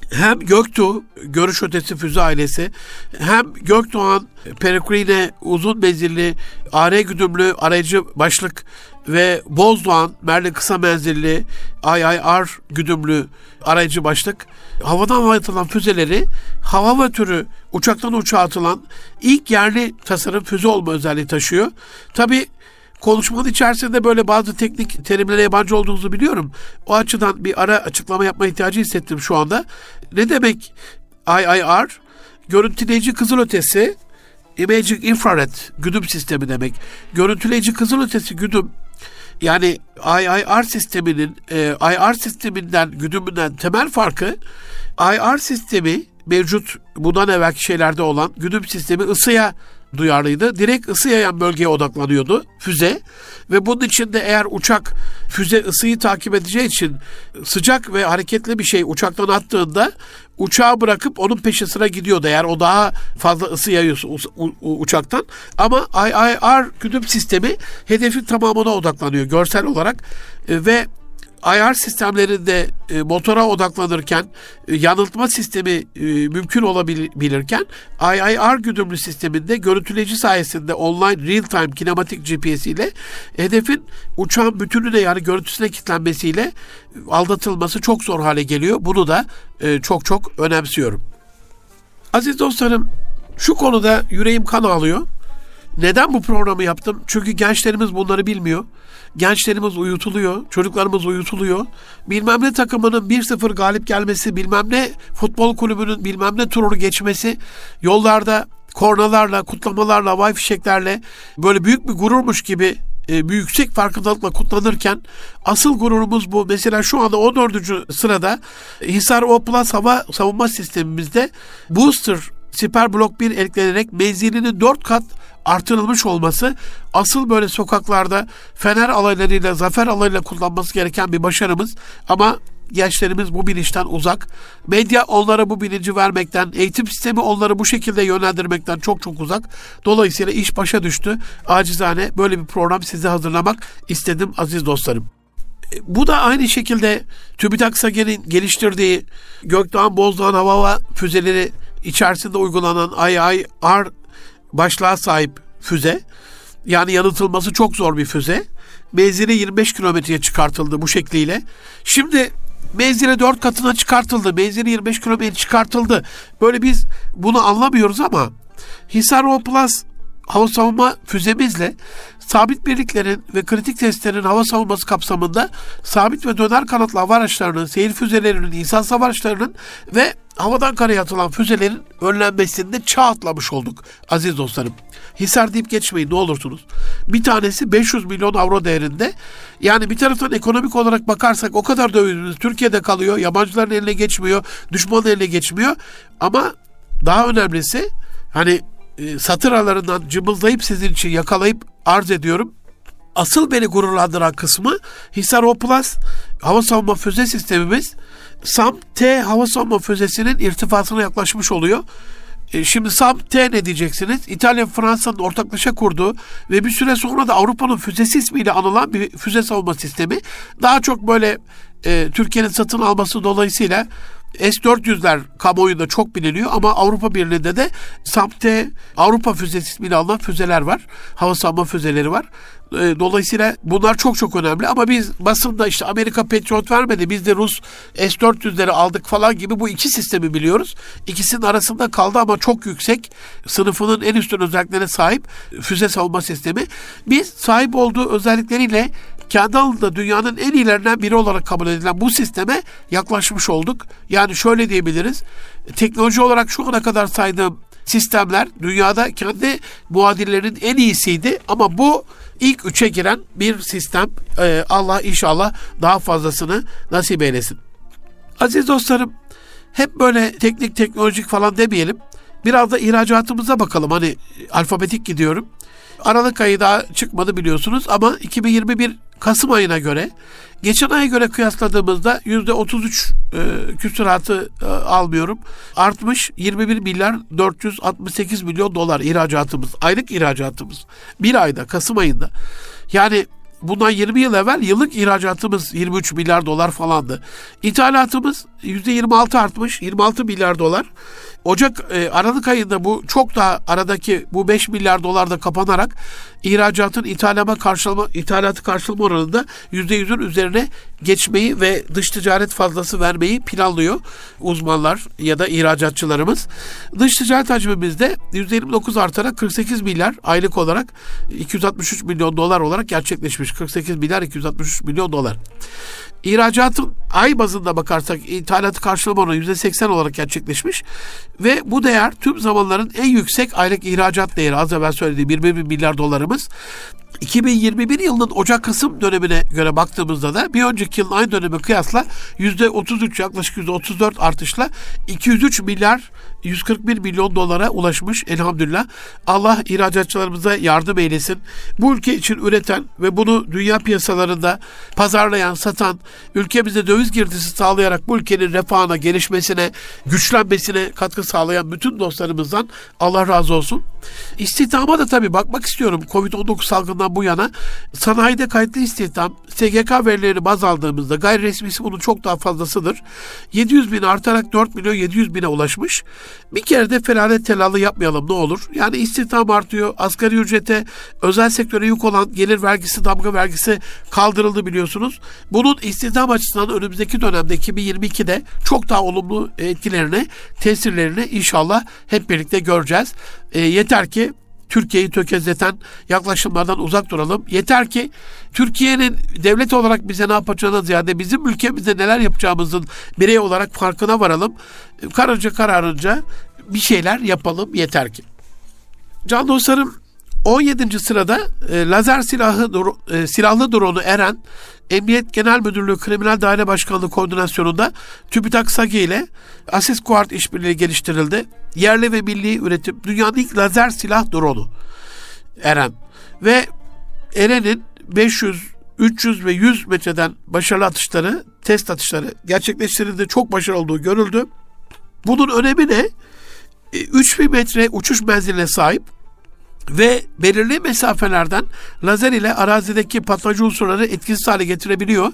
hem Göktuğ görüş ötesi füze ailesi, hem Gökdoğan Peregrine uzun menzilli A R güdümlü arayıcı başlık ve Bozdoğan Merlin kısa menzilli I I R güdümlü arayıcı başlık havadan havaya atılan füzeleri hava ve türü uçaktan uçağa atılan ilk yerli tasarım füze olma özelliği taşıyor. Tabii konuşmanın içerisinde böyle bazı teknik terimlere yabancı olduğunuzu biliyorum. O açıdan bir ara açıklama yapma ihtiyacı hissettim şu anda. Ne demek I I R? Görüntüleyici kızılötesi Imaging Infrared güdüm sistemi demek. Görüntüleyici kızılötesi güdüm, yani I I R sisteminin e, I R sisteminden, güdümünden temel farkı, I R sistemi mevcut bundan evvelki şeylerde olan güdüm sistemi ısıya duyarlıydı. Direkt ısı yayan bölgeye odaklanıyordu füze ve bunun için de eğer uçak füze ısıyı takip edeceği için sıcak ve hareketli bir şey uçaktan attığında uçağı bırakıp onun peşi sıra gidiyordu eğer o daha fazla ısı yayıyorsa uçaktan. Ama I I R güdüm sistemi hedefin tamamına odaklanıyor görsel olarak ve I R sistemlerinde e, motora odaklanırken e, yanıltma sistemi e, mümkün olabilirken I I R güdümlü sisteminde görüntüleyici sayesinde online real time kinematik G P S ile hedefin uçağın bütününe, yani görüntüsüne kilitlenmesiyle e, aldatılması çok zor hale geliyor. Bunu da e, çok çok önemsiyorum. Aziz dostlarım, şu konuda yüreğim kan ağlıyor. Neden bu programı yaptım? Çünkü gençlerimiz bunları bilmiyor. Gençlerimiz uyutuluyor, çocuklarımız uyutuluyor. Bilmem ne takımının bir sıfır galip gelmesi, bilmem ne futbol kulübünün bilmem ne turunu geçmesi, yollarda kornalarla, kutlamalarla, havai fişeklerle böyle büyük bir gururmuş gibi e, bir yüksek farkındalıkla kutlanırken asıl gururumuz bu. Mesela şu anda on dördüncü sırada Hisar O Plus hava savunma sistemimizde Booster Siper Blok bir eklenerek menzilinin dört kat artırılmış olması asıl böyle sokaklarda fener alaylarıyla, zafer alaylarıyla kullanması gereken bir başarımız. Ama gençlerimiz bu bilinçten uzak. Medya onlara bu bilinci vermekten, eğitim sistemi onları bu şekilde yönlendirmekten çok çok uzak. Dolayısıyla iş başa düştü. Acizane böyle bir program size hazırlamak istedim aziz dostlarım. Bu da aynı şekilde TÜBİTAK SAGE'nin geliştirdiği Gökdoğan Bozdoğan hava füzeleri içerisinde uygulanan I I R başlığa sahip füze. Yani yanıtılması çok zor bir füze. Menzili yirmi beş kilometreye çıkartıldı bu şekliyle. Şimdi menzili dört katına çıkartıldı. Menzili yirmi beş kilometreye çıkartıldı. Böyle biz bunu anlamıyoruz ama Hisar O Plus hava savunma füzemizle sabit birliklerin ve kritik testlerin hava savunması kapsamında sabit ve döner kanatlı hava araçlarının, seyir füzelerinin, insan hava araçlarının ve havadan karaya atılan füzelerin önlenmesinde çağ atlamış olduk aziz dostlarım. Hisar deyip geçmeyin ne olursunuz. Bir tanesi beş yüz milyon avro değerinde. Yani bir taraftan ekonomik olarak bakarsak o kadar dövizimiz Türkiye'de kalıyor. Yabancıların eline geçmiyor. Düşmanın eline geçmiyor. Ama daha önemlisi hani e, satır aralarından cımbızlayıp sizin için yakalayıp arz ediyorum. Asıl beni gururlandıran kısmı Hisar O Plus hava savunma füze sistemimiz SAM-T hava savunma füzesinin irtifasına yaklaşmış oluyor. E şimdi SAM-T ne diyeceksiniz? İtalya Fransa'nın ortaklaşa kurduğu ve bir süre sonra da Avrupa'nın füzesi ismiyle anılan bir füze savunma sistemi. Daha çok böyle e, Türkiye'nin satın alması dolayısıyla S dört yüzler kamuoyunda çok biliniyor ama Avrupa Birliği'nde de SAM-T Avrupa füzesi ismiyle alınan füzeler var. Hava savunma füzeleri var. Dolayısıyla bunlar çok çok önemli ama biz basında işte Amerika Patriot vermedi, biz de Rus S dört yüzleri aldık falan gibi bu iki sistemi biliyoruz. İkisinin arasında kaldı ama çok yüksek, sınıfının en üstün özelliklerine sahip füze savunma sistemi. Biz sahip olduğu özellikleriyle kendi alanında dünyanın en iyilerinden biri olarak kabul edilen bu sisteme yaklaşmış olduk. Yani şöyle diyebiliriz, teknoloji olarak şu ana kadar saydığım sistemler dünyada kendi muadillerinin en iyisiydi ama bu ilk üçe giren bir sistem. Ee, Allah inşallah daha fazlasını nasip eylesin. Aziz dostlarım, hep böyle teknik teknolojik falan demeyelim. Biraz da ihracatımıza bakalım. Hani alfabetik gidiyorum. Aralık ayı daha çıkmadı biliyorsunuz ama iki bin yirmi bir Kasım ayına göre geçen aya göre kıyasladığımızda yüzde otuz üç e, küsuratı e, almıyorum. Artmış yirmi bir milyar dört yüz altmış sekiz milyon dolar ihracatımız. Aylık ihracatımız. Bir ayda, Kasım ayında. Yani bundan yirmi yıl evvel yıllık ihracatımız yirmi üç milyar dolar falandı. İthalatımız yüzde yirmi altı artmış, yirmi altı milyar dolar. Ocak, e, Aralık ayında bu çok daha aradaki bu beş milyar dolarda kapanarak ihracatın ithalama karşılama, ithalatı karşılama oranında yüzde yüzün üzerine geçmeyi ve dış ticaret fazlası vermeyi planlıyor uzmanlar ya da ihracatçılarımız. Dış ticaret hacmimizde yüzde yirmi dokuz artarak kırk sekiz milyar aylık olarak iki yüz altmış üç milyon dolar olarak gerçekleşmiş. kırk sekiz milyar iki yüz altmış üç milyon dolar. İhracatın ay bazında bakarsak ithalatı karşılama oranı yüzde seksen olarak gerçekleşmiş ve bu değer tüm zamanların en yüksek aylık ihracat değeri. Az evvel söylediğim yirmi bir milyar dolarımız. iki bin yirmi bir yılının Ocak-Kasım dönemine göre baktığımızda da bir önceki yılın aynı dönemi kıyasla yüzde otuz üç yaklaşık yüzde otuz dört artışla iki yüz üç milyar yüz kırk bir milyon dolara ulaşmış elhamdülillah. Allah ihracatçılarımıza yardım eylesin. Bu ülke için üreten ve bunu dünya piyasalarında pazarlayan, satan, ülkemize döviz girdisi sağlayarak bu ülkenin refahına, gelişmesine, güçlenmesine katkı sağlayan bütün dostlarımızdan Allah razı olsun. İstihdama da tabii bakmak istiyorum. covid on dokuz salgından bu yana sanayide kayıtlı istihdam, S G K verilerini baz aldığımızda gayri resmisi bunun çok daha fazlasıdır. yedi yüz bin artarak dört milyon yedi yüz bine ulaşmış. Bir kere de felaket telalı yapmayalım ne olur. Yani istihdam artıyor. Asgari ücrete, özel sektöre yük olan gelir vergisi, damga vergisi kaldırıldı biliyorsunuz. Bunun istihdam açısından önümüzdeki dönemde iki bin yirmi ikide çok daha olumlu etkilerini, tesirlerini inşallah hep birlikte göreceğiz. E, yeter ki Türkiye'yi tökezleten yaklaşımlardan uzak duralım. Yeter ki Türkiye'nin devlet olarak bize ne yapacağına ziyade bizim ülkemizde neler yapacağımızın birey olarak farkına varalım. Karınca kararınca bir şeyler yapalım yeter ki. Can dostlarım, on yedinci sırada e, lazer silahı e, silahlı drone'u Eren, Emniyet Genel Müdürlüğü Kriminal Daire Başkanlığı koordinasyonunda TÜBİTAK SAGİ ile Asiskuart işbirliği geliştirildi. Yerli ve milli üretim dünyanın ilk lazer silah drone'u Eren. Ve Eren'in beş yüz, üç yüz ve yüz metreden başarılı atışları, test atışları gerçekleştirildi. Çok başarılı olduğu görüldü. Bunun önemi ne? E, üç bin metre uçuş menziline sahip ve belirli mesafelerden lazer ile arazideki patlayıcı unsurları etkisiz hale getirebiliyor.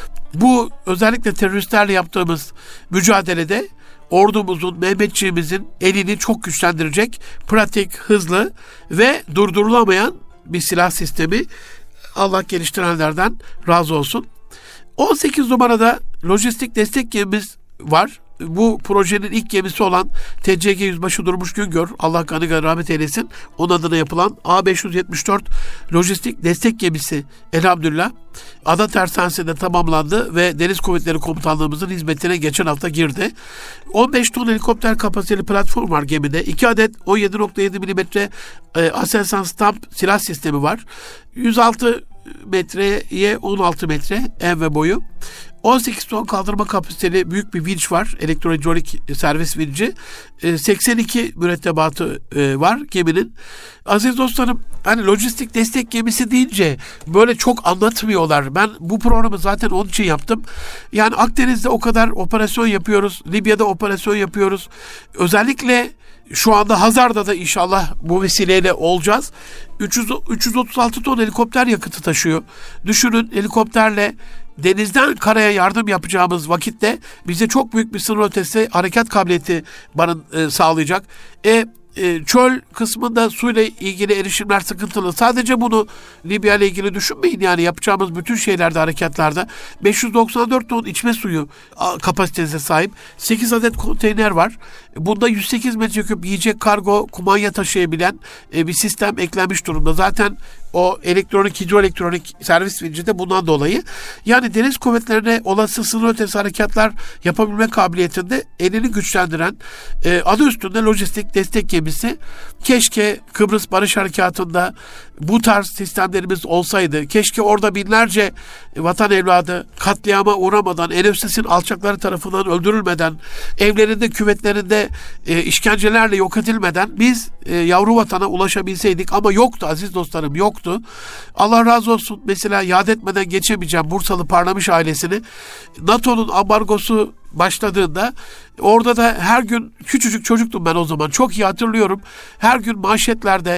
Bu özellikle teröristlerle yaptığımız mücadelede ordumuzun, Mehmetçiğimizin elini çok güçlendirecek, pratik, hızlı ve durdurulamayan bir silah sistemi. Allah geliştirenlerden razı olsun. on sekiz numarada lojistik destek gemimiz var. Bu projenin ilk gemisi olan T C G Yüzbaşı Durmuş Güngör, Allah kanı kanı rahmet eylesin, onun adına yapılan A beş yüz yetmiş dört lojistik destek gemisi elhamdülillah Ada Tersanesi'nde tamamlandı ve Deniz Kuvvetleri Komutanlığımızın hizmetine geçen hafta girdi. on beş ton helikopter kapasiteli platform var gemide. iki adet on yedi nokta yedi milimetre e, Aselsan Stamp silah sistemi var. yüz altı metreye on altı metre en ve boyu. on sekiz ton kaldırma kapasiteli büyük bir vinç var. Elektronik servis vinci. seksen iki mürettebatı var geminin. Aziz dostlarım, hani lojistik destek gemisi deyince böyle çok anlatmıyorlar. Ben bu programı zaten onun için yaptım. Yani Akdeniz'de o kadar operasyon yapıyoruz. Libya'da operasyon yapıyoruz. Özellikle şu anda Hazar'da da inşallah bu vesileyle olacağız. üç yüz, üç yüz otuz altı ton helikopter yakıtı taşıyor. Düşünün, helikopterle denizden karaya yardım yapacağımız vakitte bize çok büyük bir sınır ötesi harekat kabiliyeti barın, e, sağlayacak. E, e, çöl kısmında suyla ilgili erişimler sıkıntılı. Sadece bunu Libya ile ilgili düşünmeyin. Yani yapacağımız bütün şeylerde, harekatlarda beş yüz doksan dört ton içme suyu kapasitesine sahip. sekiz adet konteyner var. Bunda yüz sekiz metreküp yiyecek, kargo, kumanya taşıyabilen e, bir sistem eklenmiş durumda. Zaten o elektronik, hidroelektronik servis vinci de bundan dolayı. Yani deniz kuvvetlerine olası sınır ötesi harekatlar yapabilme kabiliyetinde elini güçlendiren e, adı üstünde lojistik destek gemisi. Keşke Kıbrıs Barış Harekatı'nda bu tarz sistemlerimiz olsaydı. Keşke orada binlerce vatan evladı katliama uğramadan, en öfsesin alçakları tarafından öldürülmeden, evlerinde, küvetlerinde e, işkencelerle yok edilmeden biz e, yavru vatana ulaşabilseydik. Ama yoktu aziz dostlarım, yoktu. Allah razı olsun. Mesela yad etmeden geçemeyeceğim Bursalı Parlamış ailesini. NATO'nun ambargosu başladığında orada da her gün, küçücük çocuktum ben o zaman, çok iyi hatırlıyorum. Her gün manşetlerde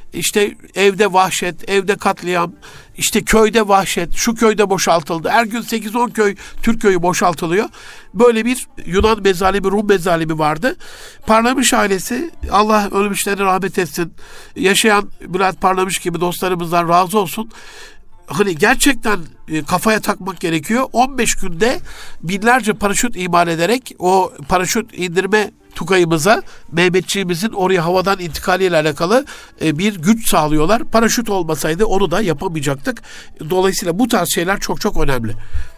İşte evde vahşet, evde katliam, işte köyde vahşet, şu köyde boşaltıldı. Her gün sekiz on köy, Türk köyü boşaltılıyor. Böyle bir Yunan mezalimi, Rum mezalimi vardı. Parlamış ailesi, Allah ölmüşlerine rahmet etsin. Yaşayan Bülent Parlamış gibi dostlarımızdan razı olsun. Hani gerçekten kafaya takmak gerekiyor. on beş günde binlerce paraşüt imal ederek o paraşüt indirme Tugay'ımıza, Mehmetçiğimizin oraya havadan intikaliyle alakalı bir güç sağlıyorlar. Paraşüt olmasaydı onu da yapamayacaktık. Dolayısıyla bu tarz şeyler çok çok önemli.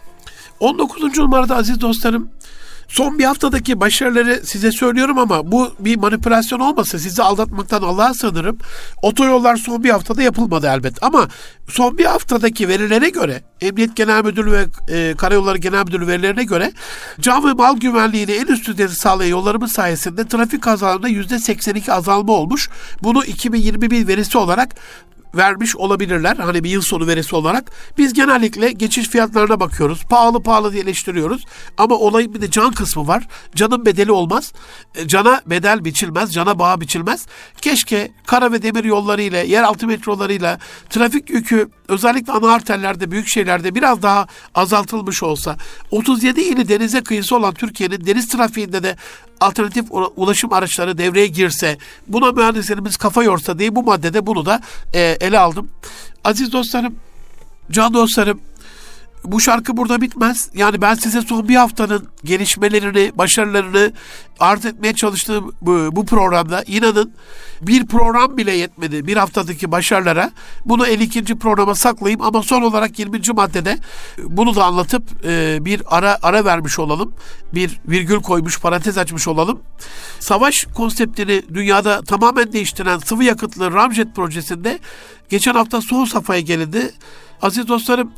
on dokuzuncu numarada aziz dostlarım, son bir haftadaki başarıları size söylüyorum ama bu bir manipülasyon olmasa sizi aldatmaktan Allah'a sığınırım. Otoyollar son bir haftada yapılmadı elbet ama son bir haftadaki verilere göre, Emniyet Genel Müdürlüğü ve e, Karayolları Genel Müdürlüğü verilerine göre can ve mal güvenliğini en üst düzeyde sağlayan yollarımız sayesinde trafik kazalarında yüzde seksen iki azalma olmuş. Bunu iki bin yirmi bir verisi olarak vermiş olabilirler. Hani bir yıl sonu verisi olarak. Biz genellikle geçiş fiyatlarına bakıyoruz. Pahalı pahalı diye eleştiriyoruz. Ama olayın bir de can kısmı var. Canın bedeli olmaz. Cana bedel biçilmez. Cana bağ biçilmez. Keşke kara ve demir yollarıyla, yeraltı metrolarıyla trafik yükü özellikle ana arterlerde, büyük şehirlerde biraz daha azaltılmış olsa. otuz yedi ili denize kıyısı olan Türkiye'nin deniz trafiğinde de alternatif ulaşım araçları devreye girse, buna mühendislerimiz kafa yorsa diye bu maddede bunu da e, ele aldım. Aziz dostlarım, can dostlarım, bu şarkı burada bitmez. Yani ben size son bir haftanın gelişmelerini, başarılarını arz etmeye çalıştığım bu, bu programda inanın bir program bile yetmedi bir haftadaki başarılara. Bunu elli ikinci programa saklayayım ama son olarak yirminci maddede bunu da anlatıp e, bir ara ara vermiş olalım. Bir virgül koymuş, parantez açmış olalım. Savaş konseptini dünyada tamamen değiştiren sıvı yakıtlı Ramjet projesinde geçen hafta son safhaya gelindi. Aziz dostlarım,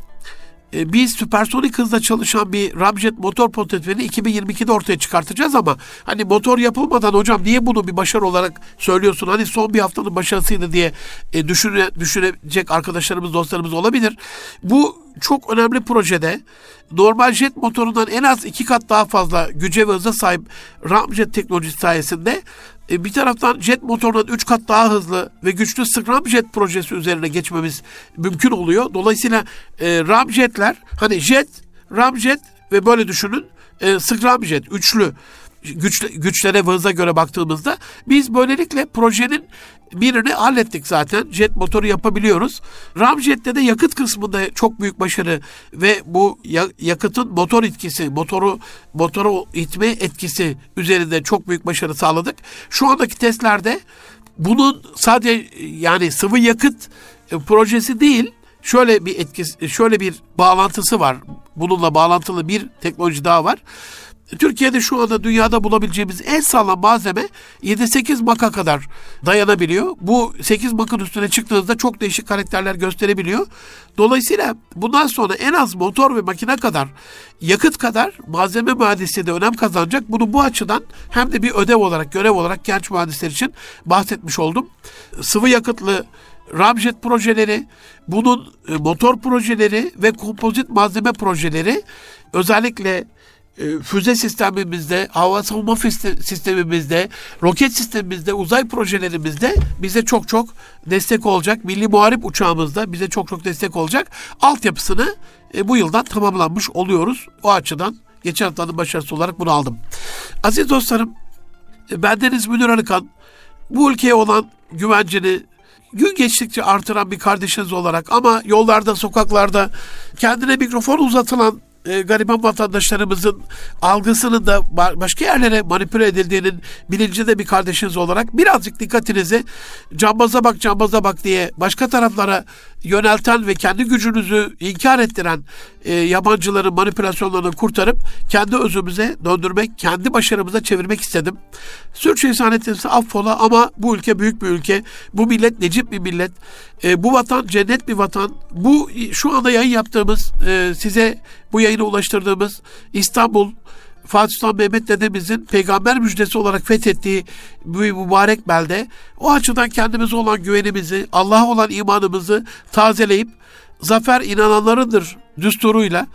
biz süpersonik hızla çalışan bir Ramjet motor prototipini iki bin yirmi ikide ortaya çıkartacağız ama hani motor yapılmadan hocam niye bunu bir başarı olarak söylüyorsun? Hani son bir haftanın başarısıydı diye e, düşüne, düşünecek arkadaşlarımız, dostlarımız olabilir. Bu çok önemli projede normal jet motorundan en az iki kat daha fazla güce ve hıza sahip Ramjet teknolojisi sayesinde e, bir taraftan jet motorundan üç kat daha hızlı ve güçlü Scramjet projesi üzerine geçmemiz mümkün oluyor. Dolayısıyla e, Ramjetler, hani jet, Ramjet ve böyle düşünün e, Scramjet, üçlü güç, güçlere ve hıza göre baktığımızda biz böylelikle projenin birini hallettik zaten. Jet motoru yapabiliyoruz. Ramjet'te de yakıt kısmında çok büyük başarı ve bu yakıtın motor etkisi, motoru motoru itme etkisi üzerinde çok büyük başarı sağladık. Şu andaki testlerde bunun sadece yani sıvı yakıt projesi değil, şöyle bir etkisi, şöyle bir bağlantısı var. Bununla bağlantılı bir teknoloji daha var. Türkiye'de şu anda dünyada bulabileceğimiz en sağlam malzeme yedi sekiz maka kadar dayanabiliyor. Bu sekiz makın üstüne çıktığınızda çok değişik karakterler gösterebiliyor. Dolayısıyla bundan sonra en az motor ve makine kadar, yakıt kadar malzeme mühendisliği de önem kazanacak. Bunu bu açıdan hem de bir ödev olarak, görev olarak genç mühendisler için bahsetmiş oldum. Sıvı yakıtlı Ramjet projeleri, bunun motor projeleri ve kompozit malzeme projeleri özellikle füze sistemimizde, hava savunma sistemimizde, roket sistemimizde, uzay projelerimizde bize çok çok destek olacak. Milli Muharip uçağımızda bize çok çok destek olacak. Altyapısını e, bu yıldan tamamlanmış oluyoruz. O açıdan geçen haftanın başarısı olarak bunu aldım. Aziz dostlarım, bendeniz Münir Arıkan, bu ülkeye olan güvencini gün geçtikçe artıran bir kardeşiniz olarak ama yollarda, sokaklarda kendine mikrofon uzatılan E, gariban vatandaşlarımızın algısının da başka yerlere manipüle edildiğinin bilincinde bir kardeşiniz olarak birazcık dikkatinizi cambaza bak cambaza bak diye başka taraflara yönelten ve kendi gücünüzü inkar ettiren e, yabancıların manipülasyonlarını kurtarıp kendi özümüze döndürmek, kendi başarımıza çevirmek istedim. Sürçülisan ettiğimse affola ama bu ülke büyük bir ülke. Bu millet necip bir millet. E, bu vatan cennet bir vatan. Bu şu anda yayın yaptığımız, e, size bu yayını ulaştırdığımız İstanbul, Fatih Sultan Mehmet dedemizin peygamber müjdesi olarak fethettiği bu mübarek belde. O açıdan kendimize olan güvenimizi, Allah'a olan imanımızı tazeleyip zafer inananlarındır düsturuyla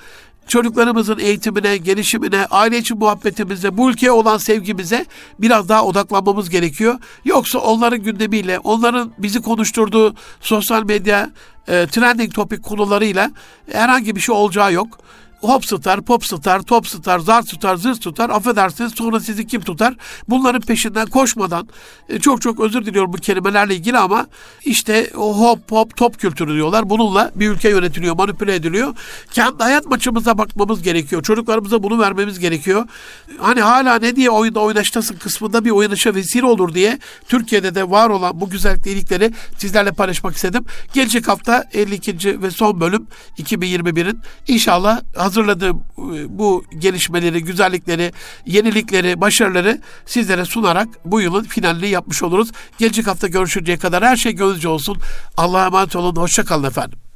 çocuklarımızın eğitimine, gelişimine, aile içi muhabbetimize, bu ülkeye olan sevgimize biraz daha odaklanmamız gerekiyor. Yoksa onların gündemiyle, onların bizi konuşturduğu sosyal medya, e, trending topic konularıyla herhangi bir şey olacağı yok. Hop star, pop star, top star, zar tutar, zır tutar, affedersiniz sonra sizi kim tutar? Bunların peşinden koşmadan, e, çok çok özür diliyorum bu kelimelerle ilgili ama işte o hop hop top kültürü diyorlar. Bununla bir ülke yönetiliyor, manipüle ediliyor. Kendi hayat maçımıza bakmamız gerekiyor. Çocuklarımıza bunu vermemiz gerekiyor. Hani hala ne diye oyunda oynaştasın kısmında bir oynanışa vesile olur diye Türkiye'de de var olan bu güzellik iyilikleri sizlerle paylaşmak istedim. Gelecek hafta elli ikinci ve son bölüm iki bin yirmi birin inşallah hazırladığım bu gelişmeleri, güzellikleri, yenilikleri, başarıları sizlere sunarak bu yılın finalini yapmış oluruz. Gelecek hafta görüşünceye kadar her şey gönlünüzce olsun. Allah'a emanet olun. Hoşça kalın efendim.